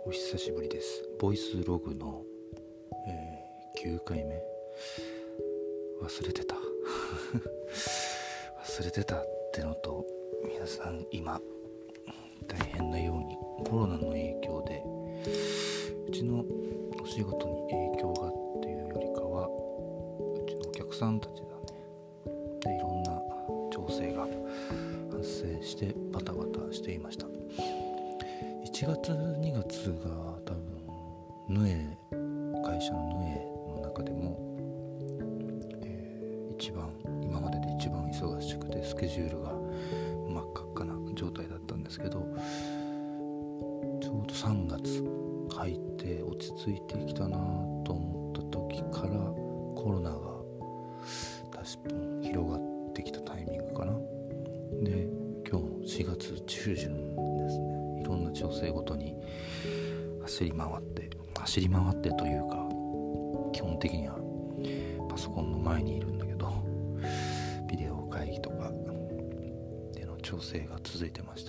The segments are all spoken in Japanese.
お久しぶりです。ボイスログの、9回目。忘れてた忘れてたってのと、皆さん今大変なようにコロナの影響でうちのお仕事に影響がっていうよりかは、うちのお客さんたちだねでいろんな調整が発生してバタバタしていました。1月2月が多分会社のヌエの中でも、今までで一番忙しくてスケジュールが真っ赤っかな状態だったんですけど、ちょうど3月入って落ち着いてきたなと思った時からコロナが確か広がってきたタイミングかな。で、今日4月中旬ですね。いろんな調整ごとに走り回ってというか、基本的にはパソコンの前にいるんだけど、ビデオ会議とかでの調整が続いてました。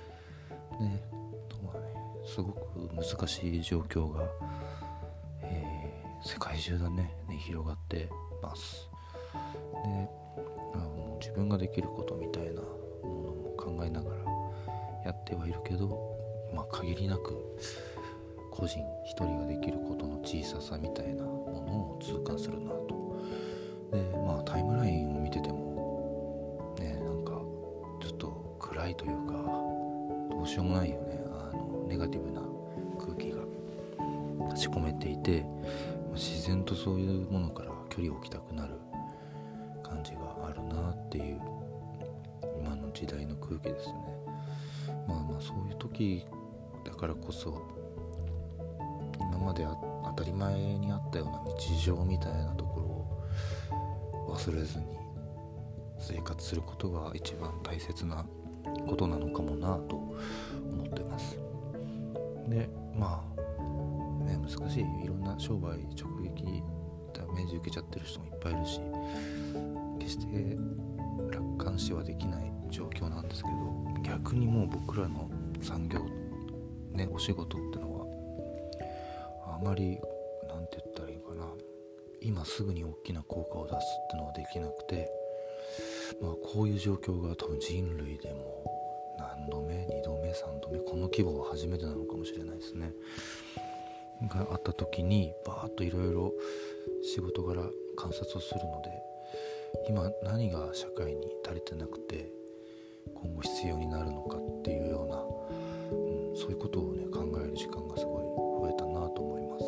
すごく難しい状況が、世界中だね広がってます。で、自分ができることみたいなものも考えながらやってはいるけど、限りなく個人一人ができることの小ささみたいなものを痛感するなと。で、タイムラインを見ててもね、なんかちょっと暗いというか、どうしようもないよね。ネガティブな空気が立ち込めていて、自然とそういうものから距離を置きたくなる感じがあるなっていう今の時代の空気ですね。そういう時だからこそ、今まで当たり前にあったような日常みたいなところを忘れずに生活することが一番大切なことなのかもなと思ってます。で、難しい、いろんな商売直撃ダメージ受けちゃってる人もいっぱいいるし、決して楽観視はできない状況なんですけど、逆にもう僕らの産業ね、お仕事ってのはあまりなんて言ったらいいかな、今すぐに大きな効果を出すってのはできなくて、こういう状況が多分人類でも何度目2度目3度目、この規模は初めてなのかもしれないですねがあった時に、バーッといろいろ仕事柄観察をするので、今何が社会に足りてなくて今後必要になるのかっていうような、そういうことをね考える時間がすごい増えたなと思います。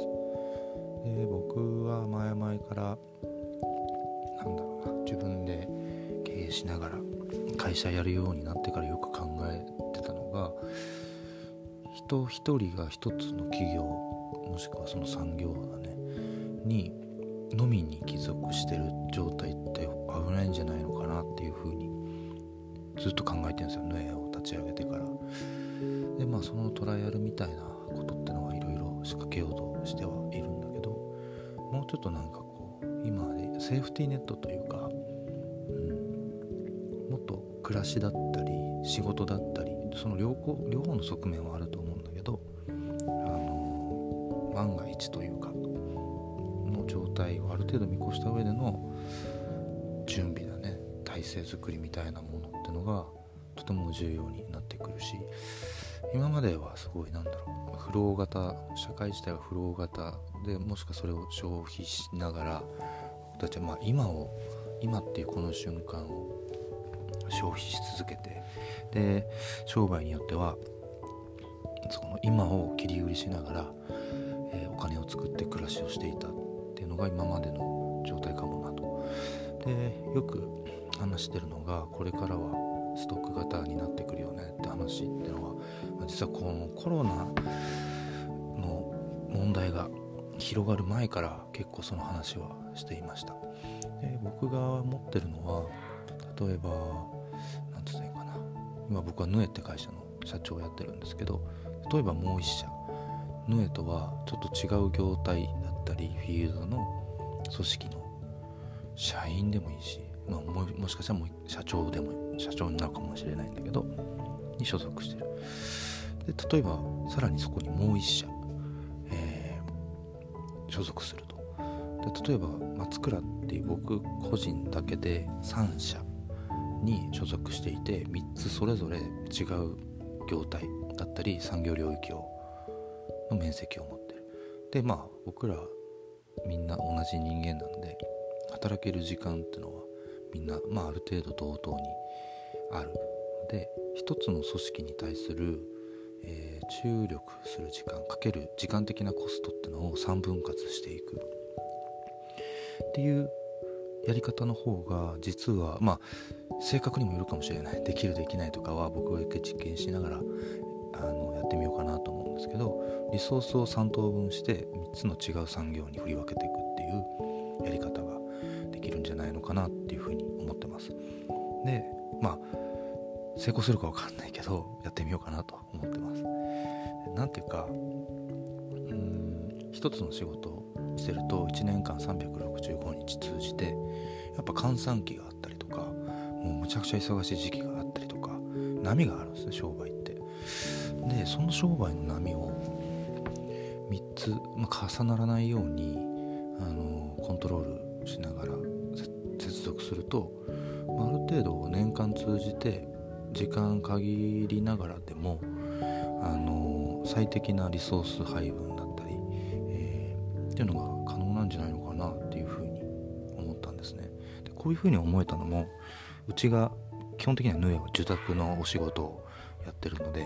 で、僕は前々から自分で経営しながら会社やるようになってからよく考えてたのが、人一人が一つの企業もしくはその産業だねにのみに帰属してる状態って危ないんじゃないのかなっていうふうにずっと考えてるんですよ、ヌエを立ち上げてから。で、そのトライアルみたいなことってのはいろいろ仕掛けようとしてはいるんだけど、もうちょっと今でセーフティーネットというか、もっと暮らしだったり仕事だったり、その両方の側面はあると思うんだけど、万が一というかの状態をある程度見越した上での準備だね、体制作りみたいなものってのがとても重要になってくるし、今まではすごいフロー型、社会自体はフロー型で、もしくはそれを消費しながら僕たちは今っていうこの瞬間を消費し続けて、で商売によってはその今を切り売りしながら、お金を作って暮らしをしていたっていうのが今までの状態かもなと。で、よく話してるのが、これからはストック型になってくるよねって話っていうのは、実はこのコロナの問題が広がる前から結構その話はしていました。で、僕が思ってるのは、例えばなんて言ったらいいかな、今僕はヌエって会社の社長をやってるんですけど、例えばもう一社ヌエとはちょっと違う業態だったりフィールドの組織の社員でもいいし、もしかしたらもう社長になるかもしれないんだけどに所属してる。 で例えばさらにそこにもう1社、所属すると。で例えば松倉っていう僕個人だけで3社に所属していて、3つそれぞれ違う業態だったり産業領域の面積を持ってる。で僕らみんな同じ人間なので、働ける時間っていうのはみんなある程度同等にある。で一つの組織に対する、注力する時間かける時間的なコストっていうのを3分割していくっていうやり方の方が、実は正確にもよるかもしれない、できるできないとかは僕が一回実験しながらやってみようかなと思うんですけど、リソースを3等分して3つの違う産業に振り分けていくっていうやり方ができるんじゃないのかなっていうふうに思ってます。で成功するか分かんないけどやってみようかなと思ってます。なんていうか一つの仕事をしてると1年間365日通じてやっぱ閑散期があったりとか、もうむちゃくちゃ忙しい時期があったりとか、波があるんですね、商売って。でその商売の波を3つ、重ならないようにコントロールしながら接続すると、ある程度年間通じて時間限りながらでも最適なリソース配分だったり、っていうのが可能なんじゃないのかなっていうふうに思ったんですね。でこういうふうに思えたのも、うちが基本的にはヌエは受託のお仕事をやってるので、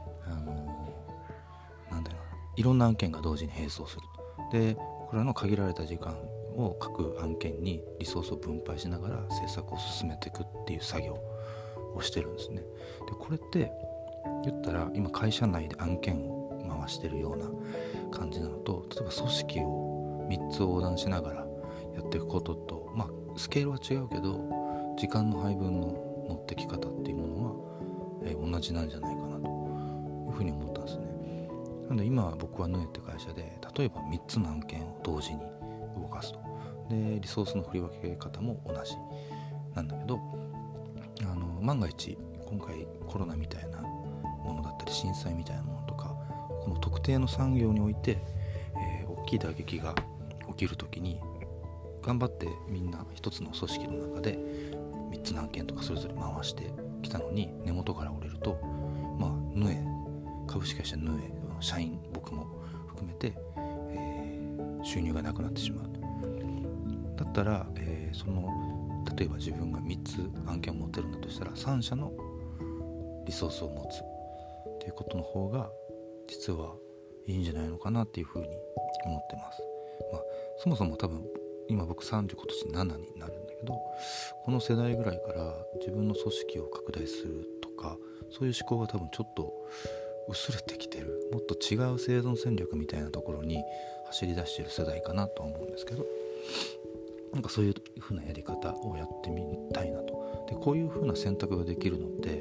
いろんな案件が同時に並走する。で僕らの限られた時間を各案件にリソースを分配しながら制作を進めていくっていう作業をしてるんですね。でこれって言ったら今会社内で案件を回してるような感じなのと、例えば組織を3つ横断しながらやっていくことと、スケールは違うけど時間の配分の持ってき方っていうものは、同じなんじゃないかなというふうに思ったんですね。なので今僕はヌエって会社で例えば3つの案件を同時に動かすと。でリソースの振り分け方も同じなんだけど、万が一今回コロナみたいなものだったり震災みたいなものとか、この特定の産業において、大きい打撃が起きるときに頑張ってみんな一つの組織の中で3つの案件とかそれぞれ回してきたのに根元から折れると、ヌエ株式会社ヌエ社員僕も含めて、収入がなくなってしまう。だったら、例えば自分が3つ案件を持ってるんだとしたら3社のリソースを持つっていうことの方が実はいいんじゃないのかなっていうふうに思ってます。そもそも多分今僕30、今年7になるんだけど、この世代ぐらいから自分の組織を拡大するとかそういう思考が多分ちょっと薄れてきてる、もっと違う生存戦略みたいなところに走り出してる世代かなとは思うんですけど、そういう風なやり方をやってみたいなと。でこういう風な選択ができるのって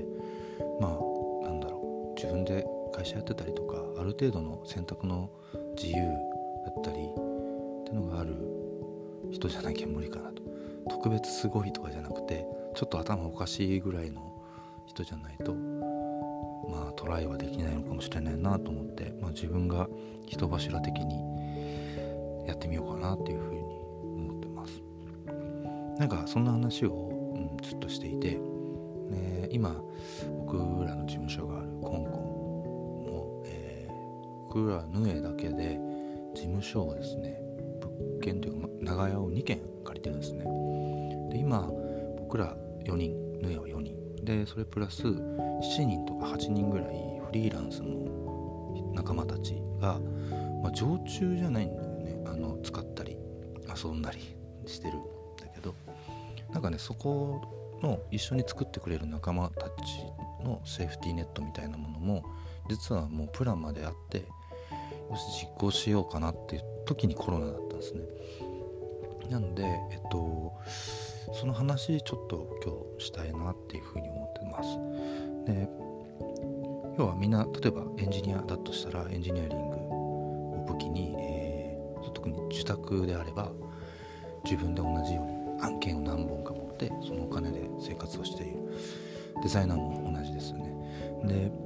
自分で会社やってたりとかある程度の選択の自由だったりっていうのがある人じゃなきゃ無理かなと。特別すごいとかじゃなくてちょっと頭おかしいぐらいの人じゃないとトライはできないのかもしれないなと思って、自分が人柱的にやってみようかなっていうふうに思ってます。そんな話を、ずっとしていて、今僕らの事務所があるコンコンも、僕らヌエだけで事務所をですね物件というか長屋を2軒借りてるんですね。で今僕ら4人、ヌエは4人で、それプラス7人とか8人ぐらいフリーランスの仲間たちが、常駐じゃないんだよね。使ったり遊んだりしてるんだけど、そこの一緒に作ってくれる仲間たちのセーフティーネットみたいなものも実はもうプランまであって、よし実行しようかなっていう時にコロナだったんですね。なのでその話ちょっと今日したいなっていうふうに思ってます。で要はみんな例えばエンジニアだとしたらエンジニアリングを武器に、特に受託であれば自分で同じように案件を何本か持ってそのお金で生活をしている。デザイナーも同じですよね。で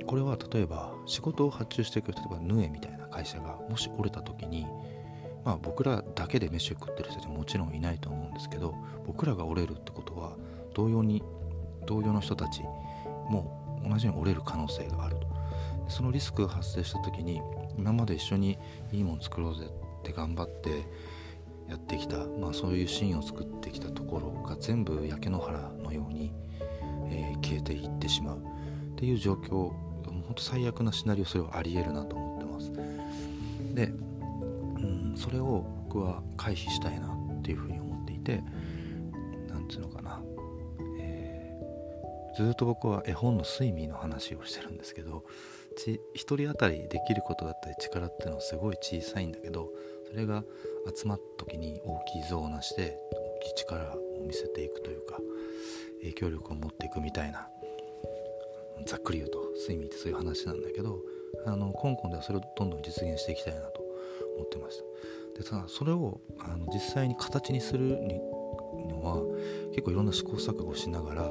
これは例えば仕事を発注していく、例えばヌエみたいな会社がもし折れた時に、僕らだけで飯を食ってる人たちももちろんいないと思うんですけど、僕らが折れるってことは同様の人たちも同じように折れる可能性があると。そのリスクが発生した時に、今まで一緒にいいもの作ろうぜって頑張ってやってきた、そういうシーンを作ってきたところが全部焼け野原のように、消えていってしまうっていう状況、本当最悪なシナリオ、それはありえるなと思ってます。で、それを僕は回避したいなっていうふうに思っていて、なんていうのかな、ずっと僕は絵本の睡眠の話をしてるんですけど、一人当たりできることだったり力っていうのはすごい小さいんだけど、それが集まった時に大きい像をなして大きい力を見せていくというか、影響力を持っていくみたいな、ざっくり言うと睡眠ってそういう話なんだけど、香港ではそれをどんどん実現していきたいなと思ってました。で、ただそれを実際に形にするのは結構いろんな試行錯誤しながら、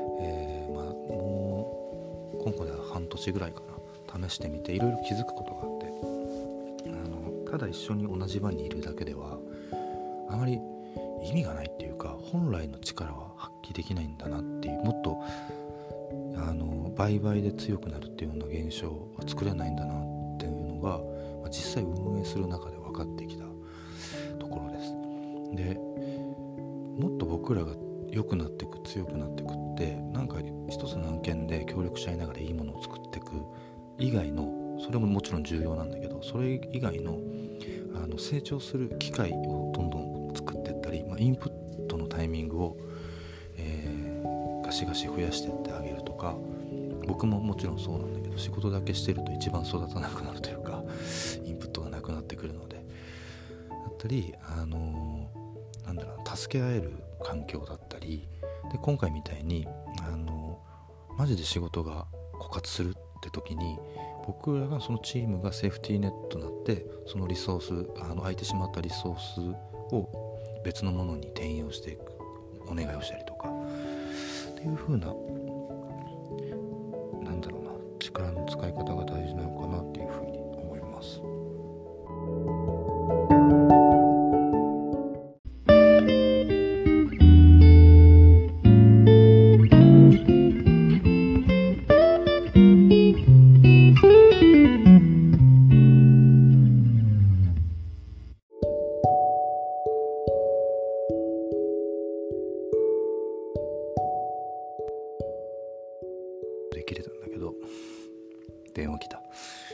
もう香港では半年ぐらいかな試してみて、いろいろ気づくことがあって、ただ一緒に同じ場にいるだけではあまり意味がないっていうか、本来の力は発揮できないんだなっていう、もっと倍々で強くなるっていうような現象は作れないんだなっていうのが、実際運営する中で分かってきたところです。で、もっと僕らが良くなっていく、強くなっていくって、なんか一つの案件で協力し合いながらいいものを作っていく以外の、それももちろん重要なんだけど、それ以外の成長する機会をどんどん作っていったり、インプットのタイミングを、ガシガシ増やしていってあげるとか、僕ももちろんそうなんだけど、仕事だけしてると一番育たなくなるというか、インプットがなくなってくるので、だったり、助け合える環境だったりで、今回みたいにマジで仕事が枯渇するって時に、僕らがそのチームがセーフティーネットになって、そのリソース、空いてしまったリソースを別のものに転用していくお願いをしたりとかっていう風な、力の使い方が大事なのかなっていうふうに思います。できれたんだけど電話来た。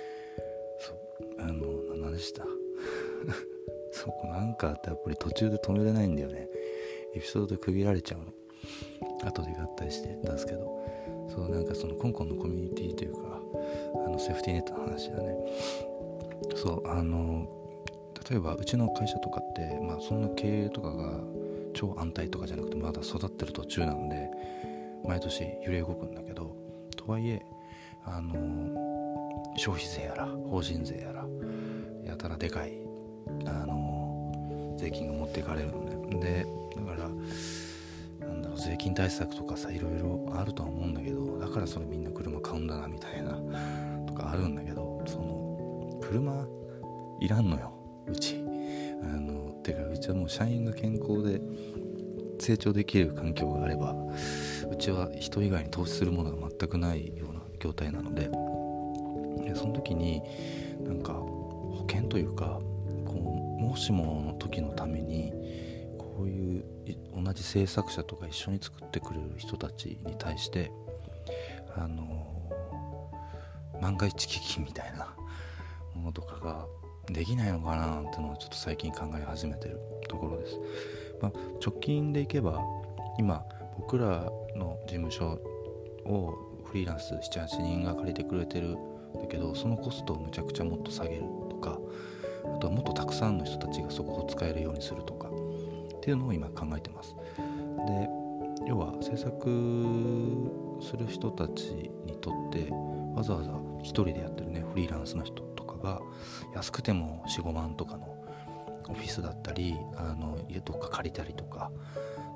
何でしたそこなんかあってやっぱり途中で止めれないんだよね。エピソードで区切られちゃうの。後で合体して出すけど、なんかその香港のコミュニティというか、セーフティーネットの話だね。例えばうちの会社とかって、そんな経営とかが超安泰とかじゃなくて、まだ育ってる途中なんで毎年揺れ動くんだけど、とはいえ消費税やら法人税やらやたらでかい税金が持っていかれるので、だから税金対策とかさ、いろいろあるとは思うんだけど、だからそれみんな車買うんだなみたいなとかあるんだけど、その車いらんのようち。てかうちはもう社員が健康で成長できる環境があれば、うちは人以外に投資するものが全くないような業態なので、その時に保険というか、もしもの時のためにこういう同じ制作者とか一緒に作ってくれる人たちに対して万が一危機みたいなものとかができないのかなっていうのをちょっと最近考え始めてるところです。直近でいけば、今僕らの事務所をフリーランス 7,8 人が借りてくれてるんだけど、そのコストをむちゃくちゃもっと下げるとか、あとはもっとたくさんの人たちがそこを使えるようにするとかっていうのを今考えてます。で、要は制作する人たちにとってわざわざ一人でやってるねフリーランスの人とかが安くても 4,5 万とかのオフィスだったりどっか借りたりとかっ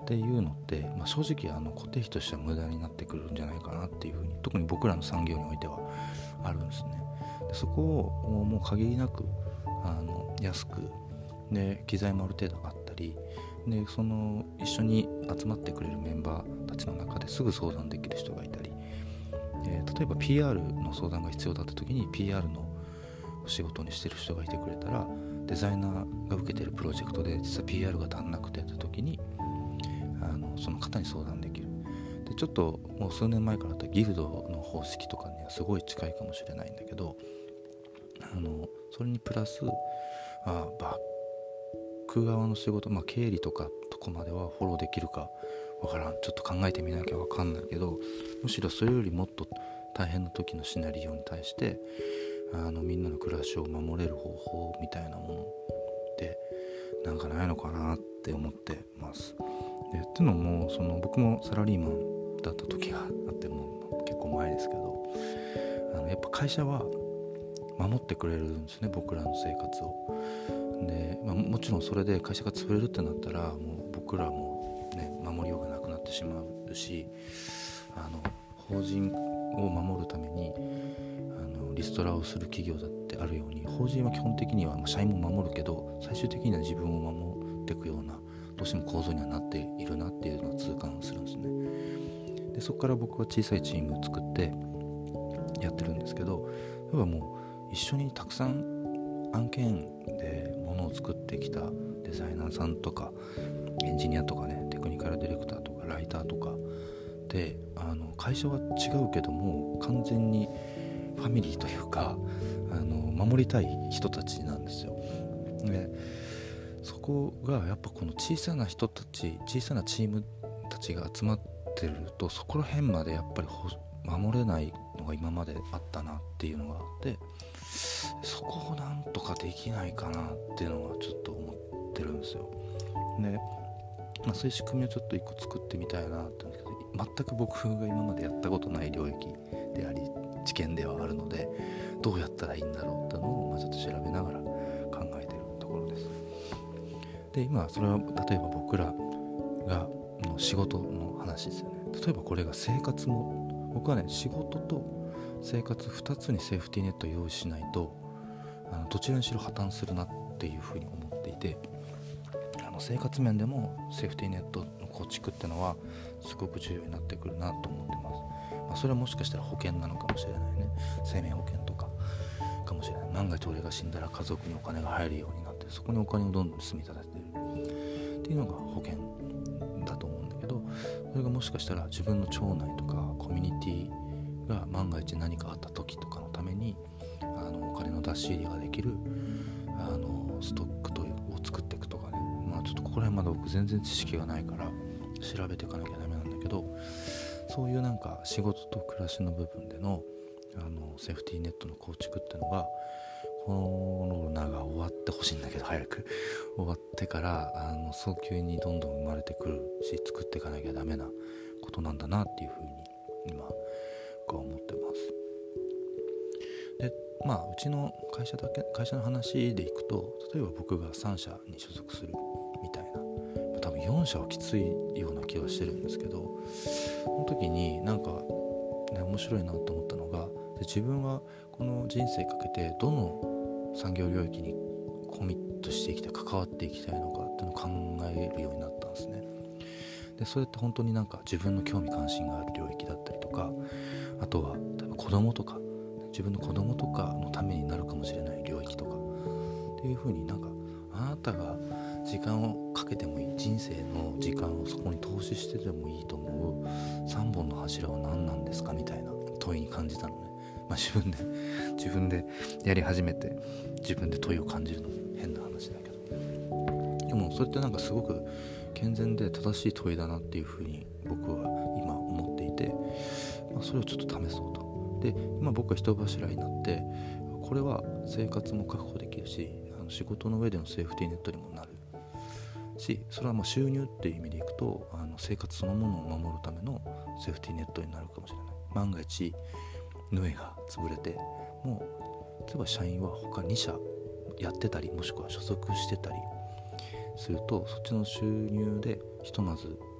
っていうのって、正直固定費としては無駄になってくるんじゃないかなっていうふうに、特に僕らの産業においてはあるんですね。でそこをもう限りなく安くで、機材もある程度あったりで、その一緒に集まってくれるメンバーたちの中ですぐ相談できる人がいたり、例えば PR の相談が必要だった時に PR の仕事にしてる人がいてくれたら、デザイナーが受けてるプロジェクトで実は PR が足んなくてって時にその方に相談できる。でちょっともう数年前からあったギルドの方式とかにはすごい近いかもしれないんだけど、それにプラスバック側の仕事、経理とかとこまではフォローできるかわからん、ちょっと考えてみなきゃわかんないけど、むしろそれよりもっと大変な時のシナリオに対してみんなの暮らしを守れる方法みたいなものってなんかないのかなって思ってます。でっていうのも僕もサラリーマンだった時があって、もう結構前ですけど、やっぱ会社は守ってくれるんですね、僕らの生活を。で、もちろんそれで会社が潰れるってなったらもう僕らもね守りようがなくなってしまうし、法人を守るためにリストラをする企業だってあるように、法人は基本的には社員も守るけど最終的には自分を守っていくようなどうしても構造にはなっているなっていうのを痛感するんですね。でそこから僕は小さいチームを作ってやってるんですけど、例えばもう一緒にたくさん案件で物を作ってきたデザイナーさんとかエンジニアとかね、テクニカルディレクターとかライターとかで会社は違うけども完全にファミリーというか守りたい人たちなんですよ。でそこがやっぱこの小さな人たち、小さなチームたちが集まってると、そこら辺までやっぱり守れないのが今まであったなっていうのがあって、そこをなんとかできないかなっていうのはちょっと思ってるんですよ。で、そういう仕組みをちょっと一個作ってみたいなって思うんですけど、全く僕が今までやったことない領域であり知見ではあるので、どうやったらいいんだろうっていうのをちょっと調べながら考えているところです。で今それは例えば僕らがの仕事の話ですよね。例えばこれが生活も、僕はね仕事と生活2つにセーフティーネットを用意しないとどちらにしろ破綻するなっていうふうに思っていて、生活面でもセーフティーネットの構築ってのはすごく重要になってくるなと思ってます。それはもしかしたら保険なのかもしれないね、生命保険とかかもしれない。万が一俺が死んだら家族にお金が入るようになって、そこにお金をどんどん積み立ててるっていうのが保険だと思うんだけど、それがもしかしたら自分の町内とかコミュニティが万が一何かあった時とかのためにお金の出し入れができるストックを作っていくとかね、ちょっとここら辺まだ僕全然知識がないから調べていかなきゃダメなんだけど、そういうなんか仕事と暮らしの部分でのセーフティーネットの構築ってのがコロナが終わってほしいんだけど、早く終わってから早急にどんどん生まれてくるし、作っていかなきゃダメなことなんだなっていうふうに今僕は思ってます。でうちの会社の話でいくと、例えば僕が3社に所属するみたいな、多分4社はきついような気はしてるんですけど、その時になんか、面白いなと思ったのが、自分はこの人生かけてどの産業領域にコミットしていきたい、関わっていきたいのかっていうのを考えるようになったんですね。でそれって本当になんか自分の興味関心がある領域だったりとか、あとは多分子供とか自分の子供とかのためになるかもしれない領域とかっていう風に、なんかあなたが時間をかけてもいい、人生の時間をそこに投資してでもいいと思う3本の柱は何なんですかみたいな問いに感じたのね。自分でやり始めて自分で問いを感じるのも変な話だけど、でもそれってなんかすごく健全で正しい問いだなっていう風に僕は今思っていて、それをちょっと試そうと。で今僕は人柱になって、これは生活も確保できるし、仕事の上でのセーフティーネットにもなるし、それはもう収入っていう意味でいくと生活そのものを守るためのセーフティーネットになるかもしれない。万が一ヌエが潰れても例えば社員は他2社やってたり、もしくは所属してたりすると、そっちの収入でひとまず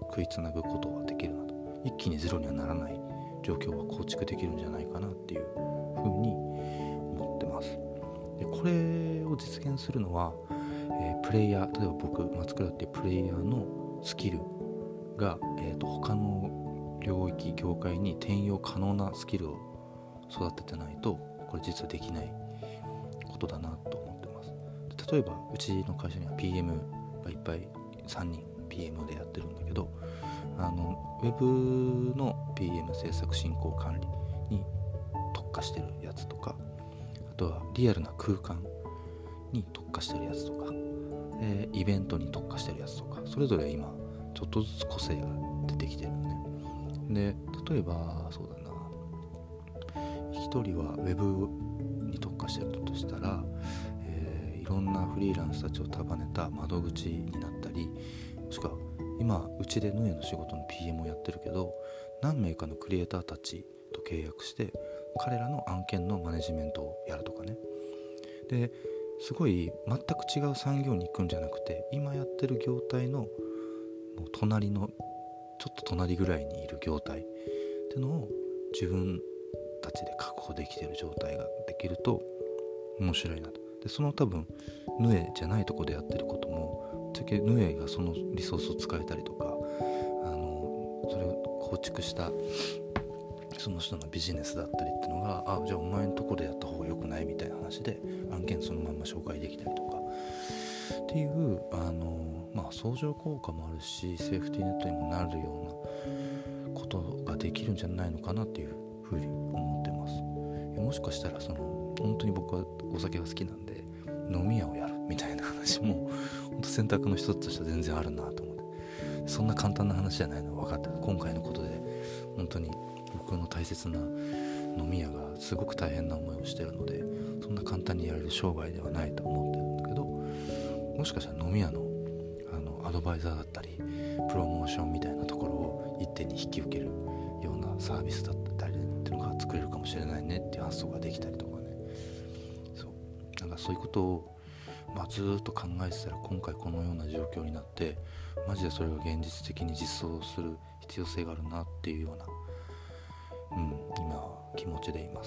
食いつなぐことはできるなと、一気にゼロにはならない状況は構築できるんじゃないかなっていうふうに思ってます。でこれを実現するのは、プレイヤー、例えば僕松倉っていうプレイヤーのスキルが、他の領域業界に転用可能なスキルを育ててないとこれ実はできないことだなと思ってます。例えばうちの会社には PM がいっぱい3人 PM でやってるんだけど、ウェブの PM 制作進行管理に特化してるやつとか、あとはリアルな空間に特化してるやつとか、イベントに特化してるやつとか、それぞれ今ちょっとずつ個性が出てきてるね。で例えばそうだな、一人はウェブに特化してるとしたら、いろんなフリーランスたちを束ねた窓口になったり、もしくは今うちでヌエの仕事の PM をやってるけど、何名かのクリエイターたちと契約して彼らの案件のマネジメントをやるとかね。ですごい全く違う産業に行くんじゃなくて、今やってる業態のもう隣のちょっと隣ぐらいにいる業態っていうのを自分たちで確保できている状態ができると面白いなと。でその多分ヌエじゃないとこでやってることもヌエがそのリソースを使えたりとか、それを構築したその人のビジネスだったりっていうのが、じゃあお前のとこでやった方が良くないみたいな話で案件そのまま紹介できたりとかっていう相乗効果もあるし、セーフティーネットにもなるようなことができるんじゃないのかなっていうふうに思ってます。もしかしたら本当に僕はお酒が好きなんで飲み屋をやるみたいな話も本当選択の一つとしては全然あるなと思って、そんな簡単な話じゃないのは分かってる。今回のことで本当に僕の大切な飲み屋がすごく大変な思いをしているので、そんな簡単にやれる商売ではないと思ってるんだけど、もしかしたら飲み屋のアドバイザーだったりプロモーションみたいなところを一手に引き受けるようなサービスだったりっていうのが作れるかもしれないねっていう発想ができたりとかね。なんかそういうことを、ずっと考えてたら今回このような状況になって、マジでそれが現実的に実装する必要性があるなっていうような、今は気持ちでいます。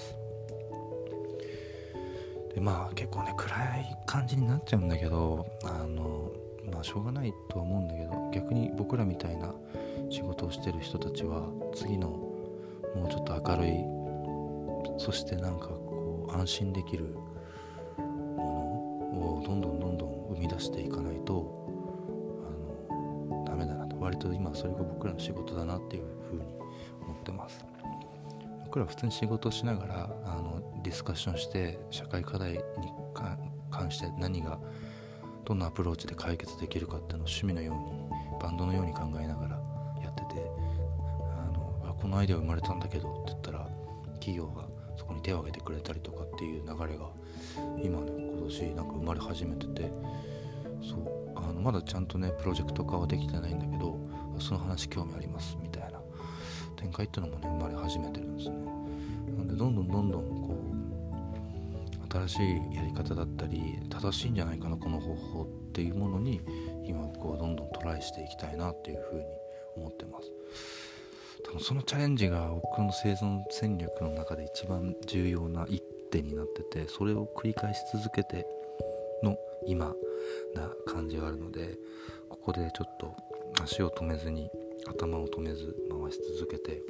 で結構ね暗い感じになっちゃうんだけど、しょうがないとは思うんだけど、逆に僕らみたいな仕事をしてる人たちは次のもうちょっと明るい、そしてなんかこう安心できるものをどんどん生み出していかないとダメだなと。割と今それが僕らの仕事だなっていうふうに思ってます。僕らは普通に仕事をしながらディスカッションして社会課題に関してどんなアプローチで解決できるかっていうのを趣味のようにバンドのように考えながらやってて、このアイデア生まれたんだけどって言ったら企業がそこに手を挙げてくれたりとかっていう流れが今ね今年なんか生まれ始めてて、まだちゃんとねプロジェクト化はできてないんだけど、その話興味ありますみたいな展開っていうのもね生まれ始めてるんですね。なのでどんどんこう新しいやり方だったり正しいんじゃないかなこの方法っていうものに今僕はどんどんトライしていきたいなっていうふうに思ってます。多分そのチャレンジが僕の生存戦略の中で一番重要な一手になってて、それを繰り返し続けての今な感じがあるので、ここでちょっと足を止めずに頭を止めず回し続けて、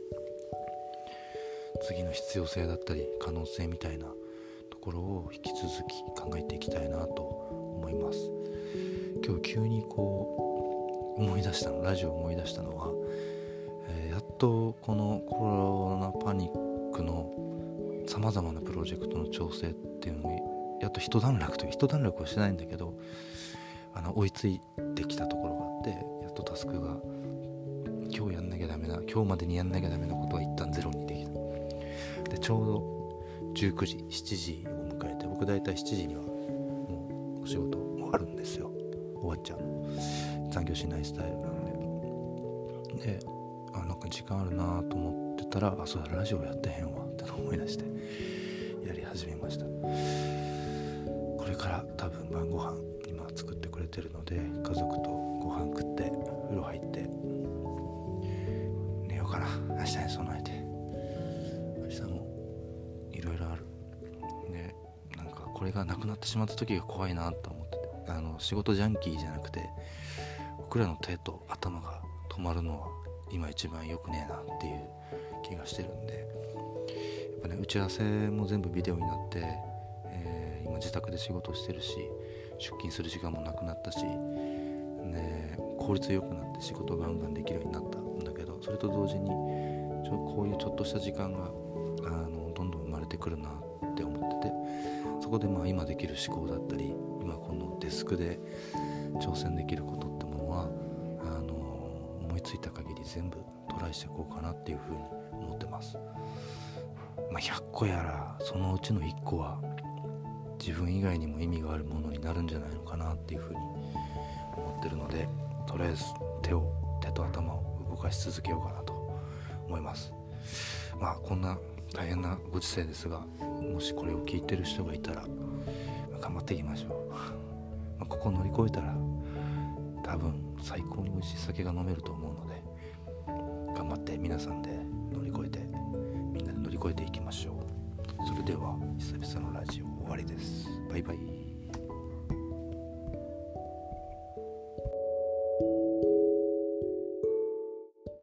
次の必要性だったり可能性みたいなところを引き続き考えていきたいなと思います。今日急にこうラジオを思い出したのは、やっとこのコロナパニックのさまざまなプロジェクトの調整っていうのをやっと一段落はしてないんだけど追いついてきたところがあって、やっとタスクが今日までにやんなきゃダメなことが一旦ゼロにできた。でちょうど19時7時を迎えて、僕だいたい7時にはもうお仕事終わるんですよ。終わっちゃう、残業しないスタイルなんで、なんか時間あるなと思ってたら、そうだラジオやってへんわって思い出してやり始めました。これから多分晩ご飯今作ってくれてるので、家族とご飯食って風呂入ってな。明日に備えて、明日もいろいろあるね。なんかこれがなくなってしまった時が怖いなと思ってて、仕事ジャンキーじゃなくて、僕らの手と頭が止まるのは今一番良くねえなっていう気がしてるんで、やっぱね、打ち合わせも全部ビデオになって、今自宅で仕事してるし、出勤する時間もなくなったし、ね、効率よくなって仕事がガンガンできるようになったんだけど、それと同時にこういうちょっとした時間がどんどん生まれてくるなって思ってて、そこで今できる思考だったり、今このデスクで挑戦できることってものは思いついた限り全部トライしていこうかなっていうふうに思ってます。100個やらそのうちの1個は自分以外にも意味があるものになるんじゃないのかなっていうふうに思ってるので、とりあえず手と頭を動かし続けようかなと思います。こんな大変なご時世ですが、もしこれを聞いてる人がいたら頑張っていきましょう。ここ乗り越えたら多分最高に美味しい酒が飲めると思うので、頑張って皆さんで乗り越えて、みんなで乗り越えていきましょう。それでは久々のラジオ終わりです。バイバイ。